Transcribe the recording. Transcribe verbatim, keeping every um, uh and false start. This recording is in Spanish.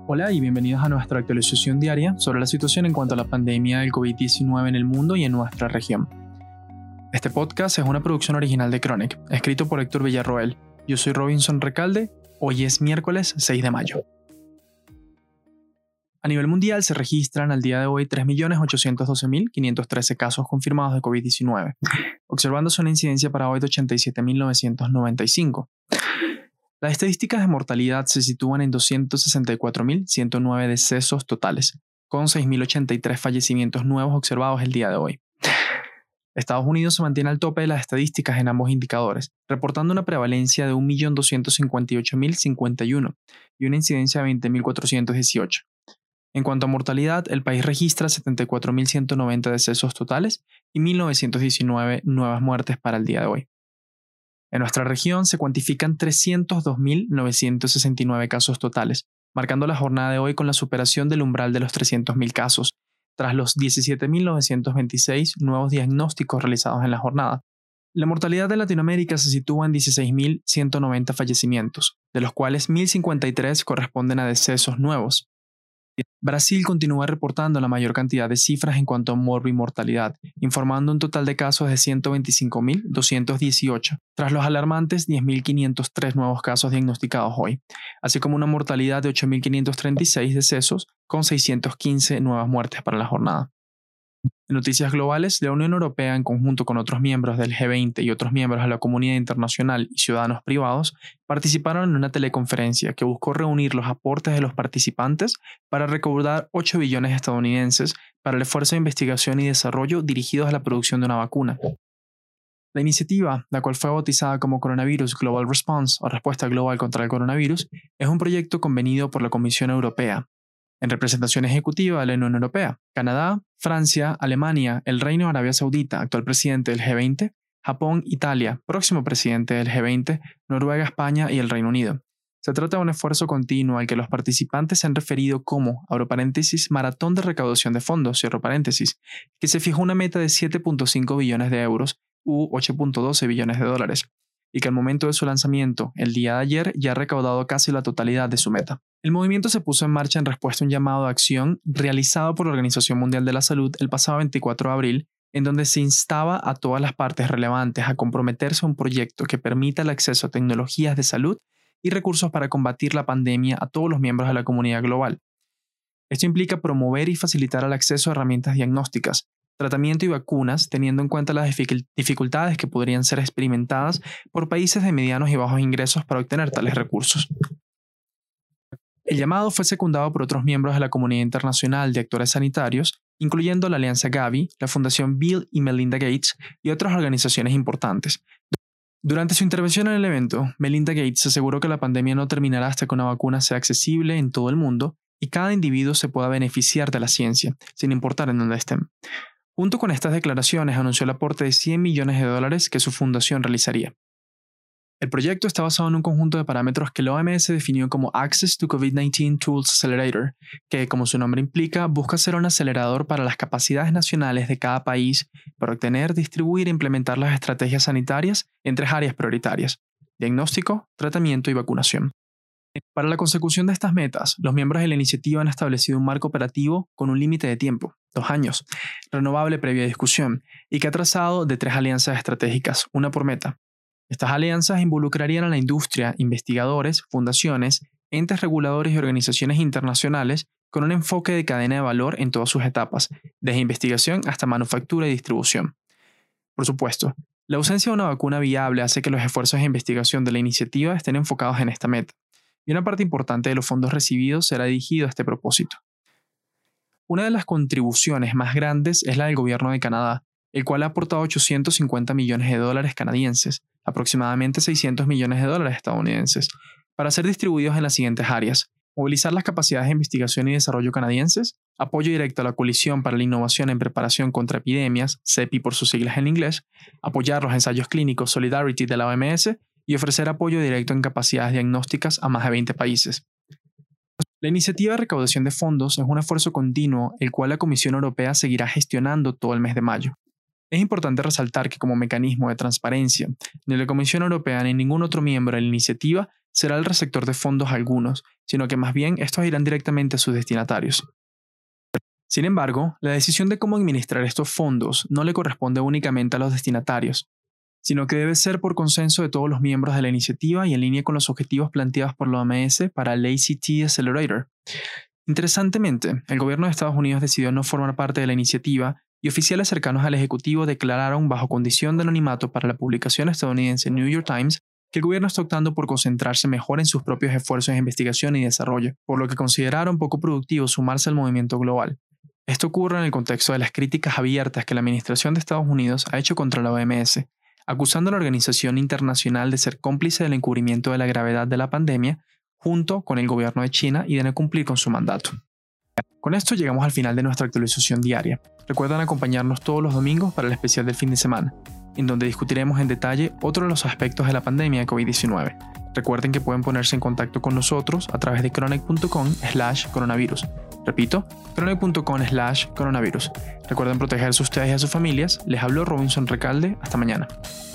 Hola y bienvenidos a nuestra actualización diaria sobre la situación en cuanto a la pandemia del COVID diecinueve en el mundo y en nuestra región. Este podcast es una producción original de Chronic, escrito por Héctor Villarroel. Yo soy Robinson Recalde, hoy es miércoles seis de mayo. A nivel mundial se registran al día de hoy tres millones ochocientos doce mil quinientos trece casos confirmados de COVID diecinueve, observándose una incidencia para hoy de ochenta y siete mil novecientos noventa y cinco. Las estadísticas de mortalidad se sitúan en doscientos sesenta y cuatro mil ciento nueve decesos totales, con seis mil ochenta y tres fallecimientos nuevos observados el día de hoy. Estados Unidos se mantiene al tope de las estadísticas en ambos indicadores, reportando una prevalencia de un millón doscientos cincuenta y ocho mil cincuenta y uno y una incidencia de veinte mil cuatrocientos dieciocho. En cuanto a mortalidad, el país registra setenta y cuatro mil ciento noventa decesos totales y mil novecientos diecinueve nuevas muertes para el día de hoy. En nuestra región se cuantifican trescientos dos mil novecientos sesenta y nueve casos totales, marcando la jornada de hoy con la superación del umbral de los trescientos mil casos, tras los diecisiete mil novecientos veintiséis nuevos diagnósticos realizados en la jornada. La mortalidad de Latinoamérica se sitúa en dieciséis mil ciento noventa fallecimientos, de los cuales mil cincuenta y tres corresponden a decesos nuevos. Brasil continúa reportando la mayor cantidad de cifras en cuanto a morbimortalidad, informando un total de casos de ciento veinticinco mil doscientos dieciocho, tras los alarmantes diez mil quinientos tres nuevos casos diagnosticados hoy, así como una mortalidad de ocho mil quinientos treinta y seis decesos con seiscientas quince nuevas muertes para la jornada. En noticias globales, la Unión Europea, en conjunto con otros miembros del G veinte y otros miembros de la comunidad internacional y ciudadanos privados, participaron en una teleconferencia que buscó reunir los aportes de los participantes para recaudar ocho billones estadounidenses para el esfuerzo de investigación y desarrollo dirigidos a la producción de una vacuna. La iniciativa, la cual fue bautizada como Coronavirus Global Response o Respuesta Global contra el Coronavirus, es un proyecto convenido por la Comisión Europea, en representación ejecutiva de la Unión Europea, Canadá, Francia, Alemania, el Reino de Arabia Saudita, actual presidente del G veinte, Japón, Italia, próximo presidente del G veinte, Noruega, España y el Reino Unido. Se trata de un esfuerzo continuo al que los participantes se han referido como, abro paréntesis, maratón de recaudación de fondos, cierro paréntesis, que se fijó una meta de siete punto cinco billones de euros u ocho punto doce billones de dólares, y que al momento de su lanzamiento, el día de ayer, ya ha recaudado casi la totalidad de su meta. El movimiento se puso en marcha en respuesta a un llamado de acción realizado por la Organización Mundial de la Salud el pasado veinticuatro de abril, en donde se instaba a todas las partes relevantes a comprometerse a un proyecto que permita el acceso a tecnologías de salud y recursos para combatir la pandemia a todos los miembros de la comunidad global. Esto implica promover y facilitar el acceso a herramientas diagnósticas, tratamiento y vacunas, teniendo en cuenta las dificultades que podrían ser experimentadas por países de medianos y bajos ingresos para obtener tales recursos. El llamado fue secundado por otros miembros de la comunidad internacional de actores sanitarios, incluyendo la Alianza Gavi, la Fundación Bill y Melinda Gates y otras organizaciones importantes. Durante su intervención en el evento, Melinda Gates aseguró que la pandemia no terminará hasta que una vacuna sea accesible en todo el mundo y cada individuo se pueda beneficiar de la ciencia, sin importar en dónde estén. Junto con estas declaraciones anunció el aporte de cien millones de dólares que su fundación realizaría. El proyecto está basado en un conjunto de parámetros que la O M S definió como Access to COVID diecinueve Tools Accelerator, que, como su nombre implica, busca ser un acelerador para las capacidades nacionales de cada país para obtener, distribuir e implementar las estrategias sanitarias en tres áreas prioritarias: diagnóstico, tratamiento y vacunación. Para la consecución de estas metas, los miembros de la iniciativa han establecido un marco operativo con un límite de tiempo, dos años, renovable previa discusión, y que ha trazado de tres alianzas estratégicas, una por meta. Estas alianzas involucrarían a la industria, investigadores, fundaciones, entes reguladores y organizaciones internacionales con un enfoque de cadena de valor en todas sus etapas, desde investigación hasta manufactura y distribución. Por supuesto, la ausencia de una vacuna viable hace que los esfuerzos de investigación de la iniciativa estén enfocados en esta meta, y una parte importante de los fondos recibidos será dirigido a este propósito. Una de las contribuciones más grandes es la del gobierno de Canadá, el cual ha aportado ochocientos cincuenta millones de dólares canadienses, aproximadamente seiscientos millones de dólares estadounidenses, para ser distribuidos en las siguientes áreas: movilizar las capacidades de investigación y desarrollo canadienses, apoyo directo a la Coalición para la Innovación en Preparación contra Epidemias, CEPI por sus siglas en inglés, apoyar los ensayos clínicos Solidarity de la O M S y ofrecer apoyo directo en capacidades diagnósticas a más de veinte países. La iniciativa de recaudación de fondos es un esfuerzo continuo, el cual la Comisión Europea seguirá gestionando todo el mes de mayo. Es importante resaltar que como mecanismo de transparencia, ni la Comisión Europea ni ningún otro miembro de la iniciativa será el receptor de fondos algunos, sino que más bien estos irán directamente a sus destinatarios. Sin embargo, la decisión de cómo administrar estos fondos no le corresponde únicamente a los destinatarios, sino que debe ser por consenso de todos los miembros de la iniciativa y en línea con los objetivos planteados por la O M S para el A C T Accelerator. Interesantemente, el gobierno de Estados Unidos decidió no formar parte de la iniciativa y oficiales cercanos al Ejecutivo declararon bajo condición de anonimato para la publicación estadounidense New York Times que el gobierno está optando por concentrarse mejor en sus propios esfuerzos de investigación y desarrollo, por lo que consideraron poco productivo sumarse al movimiento global. Esto ocurre en el contexto de las críticas abiertas que la administración de Estados Unidos ha hecho contra la O M S, acusando a la organización internacional de ser cómplice del encubrimiento de la gravedad de la pandemia, junto con el gobierno de China y de no cumplir con su mandato. Con esto llegamos al final de nuestra actualización diaria. Recuerden acompañarnos todos los domingos para el especial del fin de semana, en donde discutiremos en detalle otro de los aspectos de la pandemia de COVID diecinueve. Recuerden que pueden ponerse en contacto con nosotros a través de chronic punto com slash coronavirus. Repito, chronic punto com slash coronavirus. Recuerden protegerse ustedes y a sus familias. Les habló Robinson Recalde. Hasta mañana.